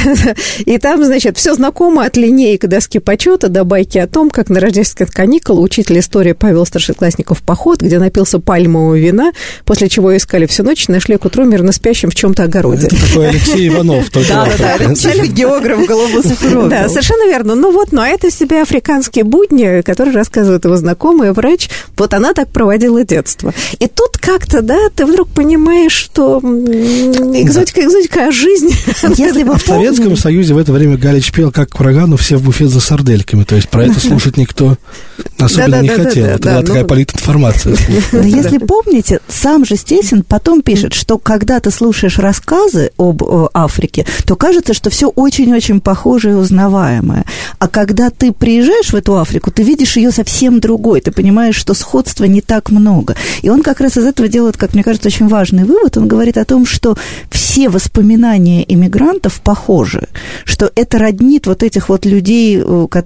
И там, значит, все знакомо от линеек доски почета до байки о том, как на рождественских каникулах учитель истории повел старшеклассников в поход, где напился пальмового вина, после чего искали всю ночь, нашли к утру мирно спящим в чем-то огороде. Это такой Алексей Иванов. Да, да, да. Географ Голубус. Да, совершенно верно. Ну вот, ну а это себе африканские будни, которые рассказывает его знакомый врач, вот она так проводила детство. И тут как-то, да, ты вдруг понимаешь, что экзотика, экзотика, а жизнь... Если бы в Советском Союзе в это время Галич пел как к урагану все в буфет за сардельками, то есть про это слушать никто особенно не хотел. Это была такая политинформация. Но если помните, сам же Стесин потом пишет, что когда ты слушаешь рассказы об Африке, то кажется, что все очень-очень похоже и узнаваемое. А когда ты приезжаешь в эту Африку, ты видишь ее совсем другой, ты понимаешь, что сходства не так много. И он как раз из этого делает, как мне кажется, очень важный вывод. Он говорит о том, что все воспоминания иммигрантов похожи, что это роднит вот этих вот людей,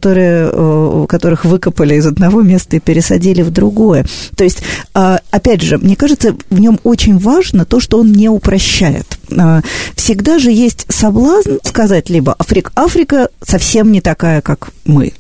которые, которых выкопали из одного места и пересадили в другое. То есть, опять же, мне кажется, в нем очень важно то, что он не упрощает. Всегда же есть соблазн сказать либо Африка, Африка совсем не такая, как мы.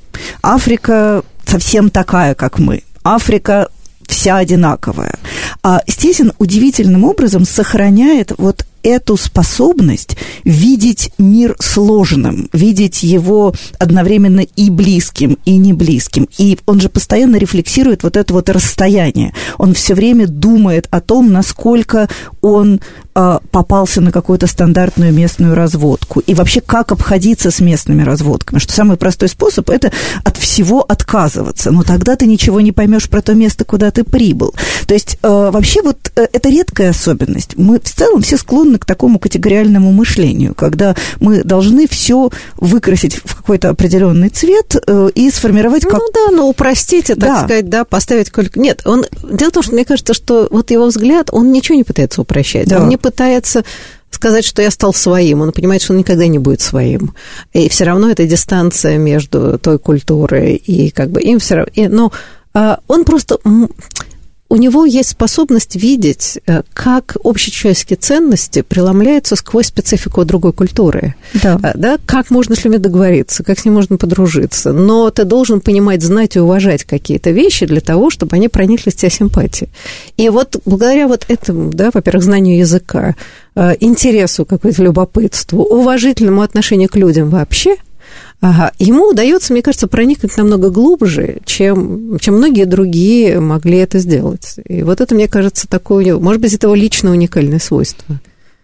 Африка совсем такая, как мы. Африка вся одинаковая. А Стесин удивительным образом сохраняет вот эту способность видеть мир сложным, видеть его одновременно и близким, и не близким. И он же постоянно рефлексирует вот это вот расстояние. Он все время думает о том, насколько он э, попался на какую-то стандартную местную разводку. И вообще, как обходиться с местными разводками. Что самый простой способ – это от всего отказываться. Но тогда ты ничего не поймешь про то место, куда ты прибыл. То есть, э, вообще, вот э, это редкая особенность. Мы в целом все склонны к такому категориальному мышлению, когда мы должны все выкрасить в какой-то определенный цвет э, и сформировать как... Ну да, ну упростить, так да. сказать, да, поставить... Нет, он... Дело в том, что мне кажется, что вот его взгляд, он ничего не пытается упрощать. Да. Он не пытается сказать, что я стал своим. Он понимает, что он никогда не будет своим. И все равно эта дистанция между той культурой и как бы им все равно... Но а, он просто... у него есть способность видеть, как общечеловеческие ценности преломляются сквозь специфику другой культуры. Да. Да, как можно с людьми договориться, как с ним можно подружиться. Но ты должен понимать, знать и уважать какие-то вещи для того, чтобы они прониклись в тебя симпатией. И вот благодаря вот этому, да, во-первых, знанию языка, интересу, какому-то любопытству, уважительному отношению к людям вообще, ага, ему удается, мне кажется, проникнуть намного глубже, чем, чем многие другие могли это сделать. И вот это, мне кажется, такое, может быть, это его лично уникальное свойство.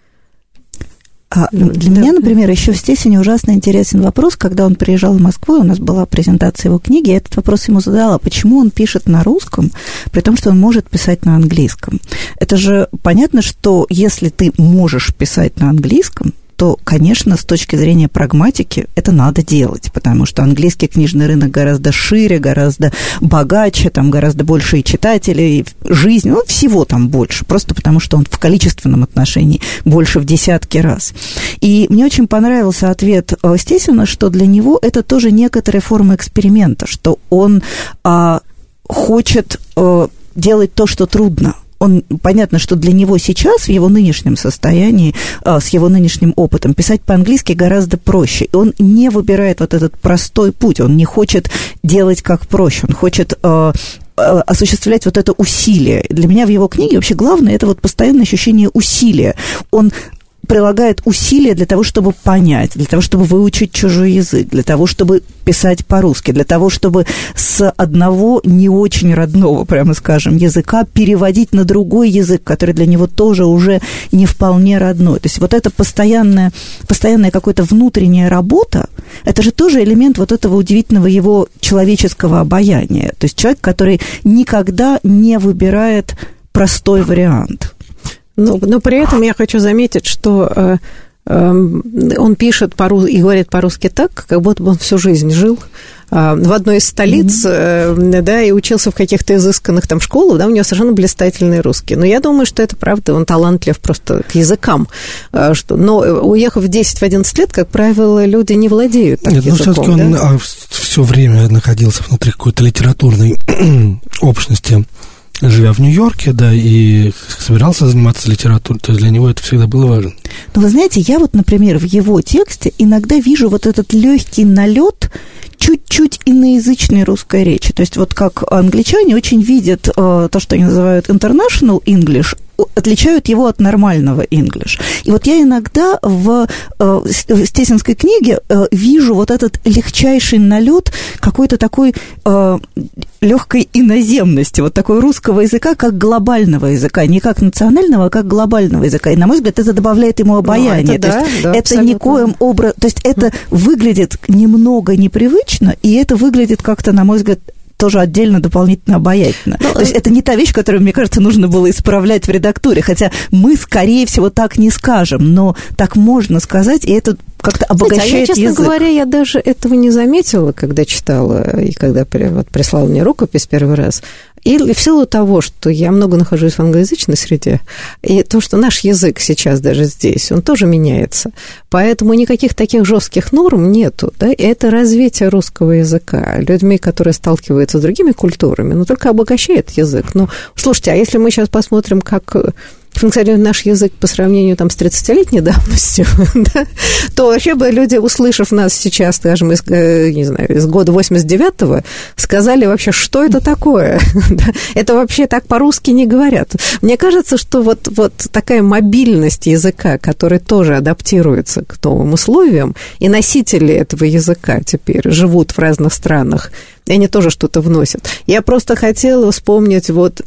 А для да. меня, например, еще в Стесине ужасно интересен вопрос, когда он приезжал в Москву, у нас была презентация его книги, я этот вопрос ему задала, почему он пишет на русском, при том, что он может писать на английском. Это же понятно, что если ты можешь писать на английском, то, конечно, с точки зрения прагматики это надо делать, потому что английский книжный рынок гораздо шире, гораздо богаче, там гораздо больше и читателей, жизнь, ну, всего там больше, просто потому что он в количественном отношении больше в десятки раз. И мне очень понравился ответ Стесина, что для него это тоже некоторая форма эксперимента, что он а, хочет а, делать то, что трудно. Он, понятно, что для него сейчас, в его нынешнем состоянии, с его нынешним опытом, писать по-английски гораздо проще. И он не выбирает вот этот простой путь, он не хочет делать как проще, он хочет э, осуществлять вот это усилие. Для меня в его книге вообще главное – это вот постоянное ощущение усилия. Он прилагает усилия для того, чтобы понять, для того, чтобы выучить чужой язык, для того, чтобы писать по-русски, для того, чтобы с одного не очень родного, прямо скажем, языка переводить на другой язык, который для него тоже уже не вполне родной. То есть вот эта постоянная, постоянная какая-то внутренняя работа, это же тоже элемент вот этого удивительного его человеческого обаяния. То есть человек, который никогда не выбирает простой вариант. Ну, но при этом я хочу заметить, что э, э, он пишет по-русски и говорит по-русски так, как будто бы он всю жизнь жил э, в одной из столиц, mm-hmm. э, да, и учился в каких-то изысканных там школах, да, у него совершенно блистательный русский. Но я думаю, что это правда, он талантлив просто к языкам. Э, что, но уехав в десять-одиннадцать лет, как правило, люди не владеют так Нет, языком. Ну, все-таки да? он все время находился внутри какой-то литературной общности, живя в Нью-Йорке, да, и собирался заниматься литературой, то есть для него это всегда было важно. Но вы знаете, я вот, например, в его тексте иногда вижу вот этот легкий налет чуть-чуть иноязычной русской речи. То есть вот как англичане очень видят э, то, что они называют international English, отличают его от нормального English. И вот я иногда в э, Стесинской книге э, вижу вот этот легчайший налет какой-то такой э, легкой иноземности, вот такой русского языка, как глобального языка, не как национального, а как глобального языка. И, на мой взгляд, это добавляет ему обаяние. Ну, это, то да, есть да, это никоим образом... То есть это выглядит немного непривычно, и это выглядит как-то, на мой взгляд, тоже отдельно, дополнительно обаятельно. Но, То есть это не та вещь, которую, мне кажется, нужно было исправлять в редактуре, хотя мы, скорее всего, так не скажем, но так можно сказать, и это как-то обогащает язык. Знаете, а я, честно язык. говоря, я даже этого не заметила, когда читала, и когда вот, прислала мне рукопись первый раз. И в силу того, что я много нахожусь в англоязычной среде, и то, что наш язык сейчас даже здесь, он тоже меняется, поэтому никаких таких жестких норм нету, да, и это развитие русского языка людьми, которые сталкиваются с другими культурами, но только обогащает язык. Ну, слушайте, а если мы сейчас посмотрим, как функционирует наш язык по сравнению там, с тридцатилетней давностью, да, то вообще бы люди, услышав нас сейчас, скажем, из, не знаю, из года восемьдесят девятого, сказали вообще, что это такое? Это вообще так по-русски не говорят. Мне кажется, что вот, вот такая мобильность языка, который тоже адаптируется к новым условиям, и носители этого языка теперь живут в разных странах, и они тоже что-то вносят. Я просто хотела вспомнить вот...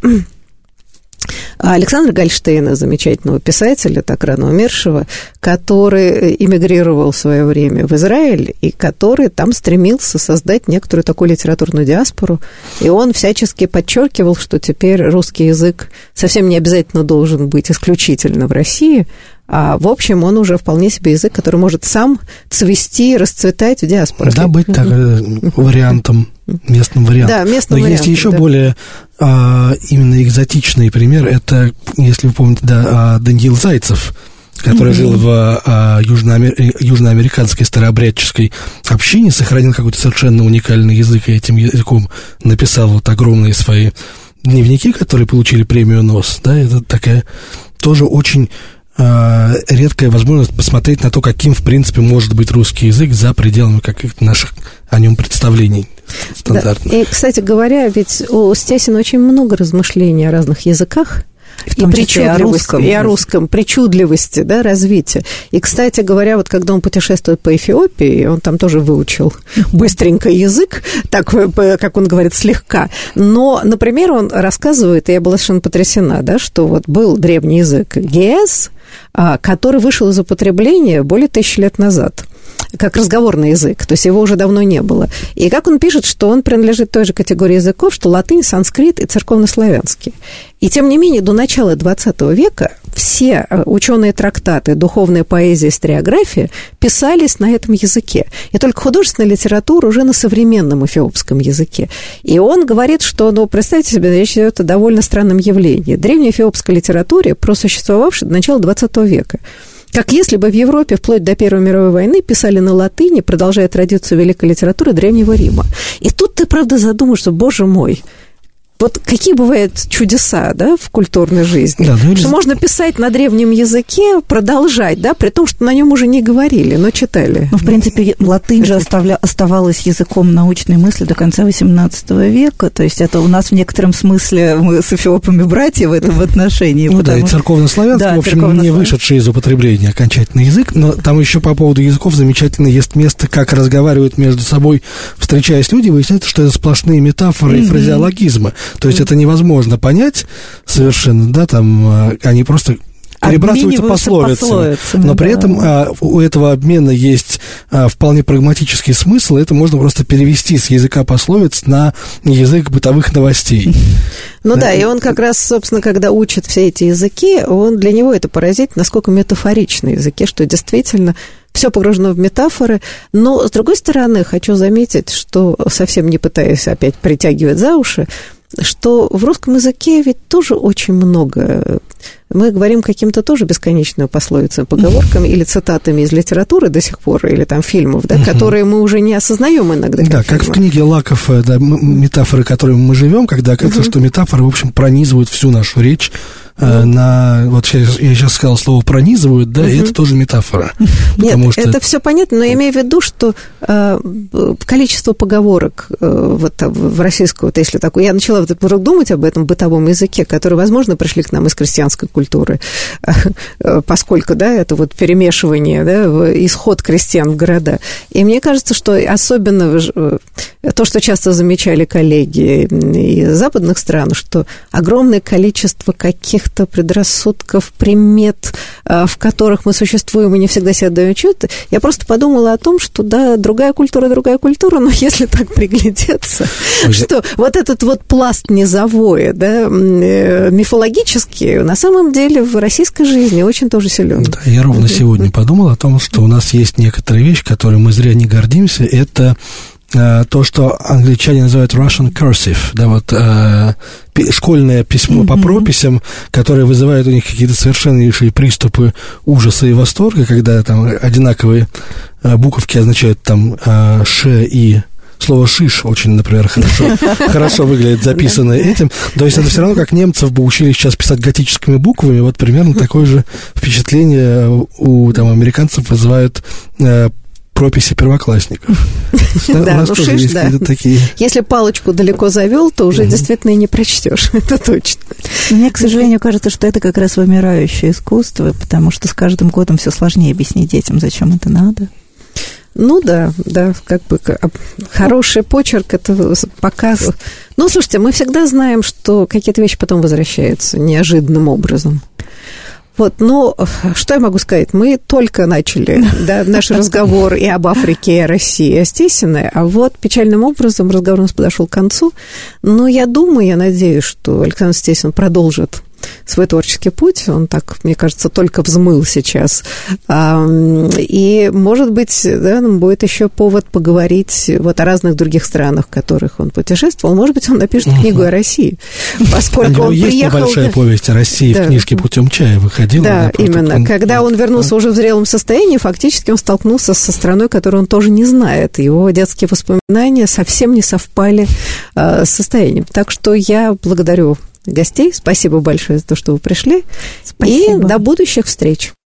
Александра Гольштейна, замечательного писателя, так рано умершего, который эмигрировал в свое время в Израиль и который там стремился создать некоторую такую литературную диаспору. И он всячески подчеркивал, что теперь русский язык совсем не обязательно должен быть исключительно в России, а в общем он уже вполне себе язык, который может сам цвести, расцветать в диаспоре. Да, быть так, вариантом, местным вариантом. Да, местным Но вариантом, есть еще да. более а, именно экзотичный пример. Это, если вы помните, да, Даниил Зайцев, который mm-hmm. жил в а, южноамер... южноамериканской старообрядческой общине, сохранил какой-то совершенно уникальный язык, и этим языком написал вот огромные свои дневники, которые получили премию НОС, да, это такая тоже очень э, редкая возможность посмотреть на то, каким, в принципе, может быть русский язык за пределами каких-то наших о нем представлений стандартных. Да. И, кстати говоря, ведь у Стесина очень много размышлений о разных языках, в том и числе и о русском, и о русском, причудливости, да, развития. И, кстати говоря, вот когда он путешествует по Эфиопии, он там тоже выучил быстренько язык, так, как он говорит, слегка. Но, например, он рассказывает, и я была совершенно потрясена, да, что вот был древний язык геэс, который вышел из употребления более тысячи лет назад, как разговорный язык, то есть его уже давно не было. И как он пишет, что он принадлежит той же категории языков, что латынь, санскрит и церковнославянский. И тем не менее, до начала двадцатого века все ученые трактаты, духовная поэзия, историография писались на этом языке. И только художественная литература уже на современном эфиопском языке. И он говорит, что, ну, представьте себе, речь идет о довольно странном явлении. Древней эфиопской литературе, просуществовавшей до начала двадцатого века. Как если бы в Европе вплоть до Первой мировой войны писали на латыни, продолжая традицию великой литературы Древнего Рима. И тут ты, правда, задумаешься, боже мой, вот какие бывают чудеса, да, в культурной жизни, да, ну, что можно писать на древнем языке, продолжать, да, при том, что на нем уже не говорили, но читали. Ну, в принципе, латынь же оставля... оставалась языком научной мысли до конца восемнадцатого века, то есть это у нас в некотором смысле мы с эфиопами братья в этом отношении. Ну да, и церковнославянский, да, в общем, не вышедший из употребления окончательный язык, но там еще по поводу языков замечательно есть место, как разговаривают между собой, встречаясь люди, выясняется, что это сплошные метафоры mm-hmm. и фразеологизмы. То есть это невозможно понять совершенно, да, там они просто перебрасываются пословицами, пословицами, но при да. этом а, у этого обмена есть а, вполне прагматический смысл, это можно просто перевести с языка пословиц на язык бытовых новостей. Ну да, и он как раз, собственно, когда учит все эти языки, он, для него это поразительно, насколько метафоричны языки, что действительно все погружено в метафоры, но, с другой стороны, хочу заметить, что, совсем не пытаясь опять притягивать за уши, что в русском языке ведь тоже очень много. Мы говорим каким-то тоже бесконечными пословицами, поговорками или цитатами из литературы до сих пор, или там фильмов, да, угу. которые мы уже не осознаем иногда. Да, как фильмы. В книге Лаков, да, метафоры, которыми мы живем, когда оказывается, угу. что метафоры, в общем, пронизывают всю нашу речь. Uh-huh. На, вот сейчас, я сейчас сказал слово пронизывают, да, uh-huh. и это тоже метафора. Нет, что... это все понятно, но я имею в виду, что э, количество поговорок э, вот, в российском, вот, если такое, я начала вдруг думать об этом бытовом языке, которые, возможно, пришли к нам из крестьянской культуры, э, поскольку, да, это вот перемешивание, да, исход крестьян в города. И мне кажется, что особенно э, то, что часто замечали коллеги из западных стран, что огромное количество каких каких-то предрассудков, примет, в которых мы существуем и не всегда себе отдаем отчет. Я просто подумала о том, что, да, другая культура, другая культура, но если так приглядеться, Ой, что вот этот вот пласт низовой, да, мифологический, на самом деле в российской жизни очень тоже силен. Да, я ровно сегодня подумал о том, что у нас есть некоторые вещи, которой мы зря не гордимся, это то, что англичане называют Russian cursive, да, вот э, школьное письмо mm-hmm. по прописям, которое вызывает у них какие-то совершеннейшие приступы ужаса и восторга, когда там одинаковые э, буковки означают там э, «ш» и слово «шиш» очень, например, хорошо, хорошо выглядит записанное этим. То есть это все равно, как немцев бы учили сейчас писать готическими буквами, вот примерно такое же впечатление у там, американцев вызывают э, прописи первоклассников. Да, ну шиш, да. Такие... Если палочку далеко завел, то уже действительно и не прочтешь. Это точно. Мне, к сожалению, кажется, что это как раз вымирающее искусство, потому что с каждым годом все сложнее объяснить детям, зачем это надо. Ну да, да, как бы хороший почерк, это показ. Ну, слушайте, мы всегда знаем, что какие-то вещи потом возвращаются неожиданным образом. Вот, но что я могу сказать? Мы только начали да, наш разговор и об Африке, и о России, и о Стесине, а вот печальным образом разговор у нас подошел к концу. Но я думаю, я надеюсь, что Александр Стесин продолжит свой творческий путь. Он так, мне кажется, только взмыл сейчас. И, может быть, да, нам будет еще повод поговорить вот о разных других странах, в которых он путешествовал. Может быть, он напишет угу. книгу о России, поскольку он есть приехал... небольшая повесть о России да. в книжке «Путем чая» выходила. Да, да именно. Он... Когда он вернулся уже в зрелом состоянии, фактически он столкнулся со страной, которую он тоже не знает. Его детские воспоминания совсем не совпали э, с состоянием. Так что я благодарю гостей. Спасибо большое за то, что вы пришли. Спасибо. И до будущих встреч.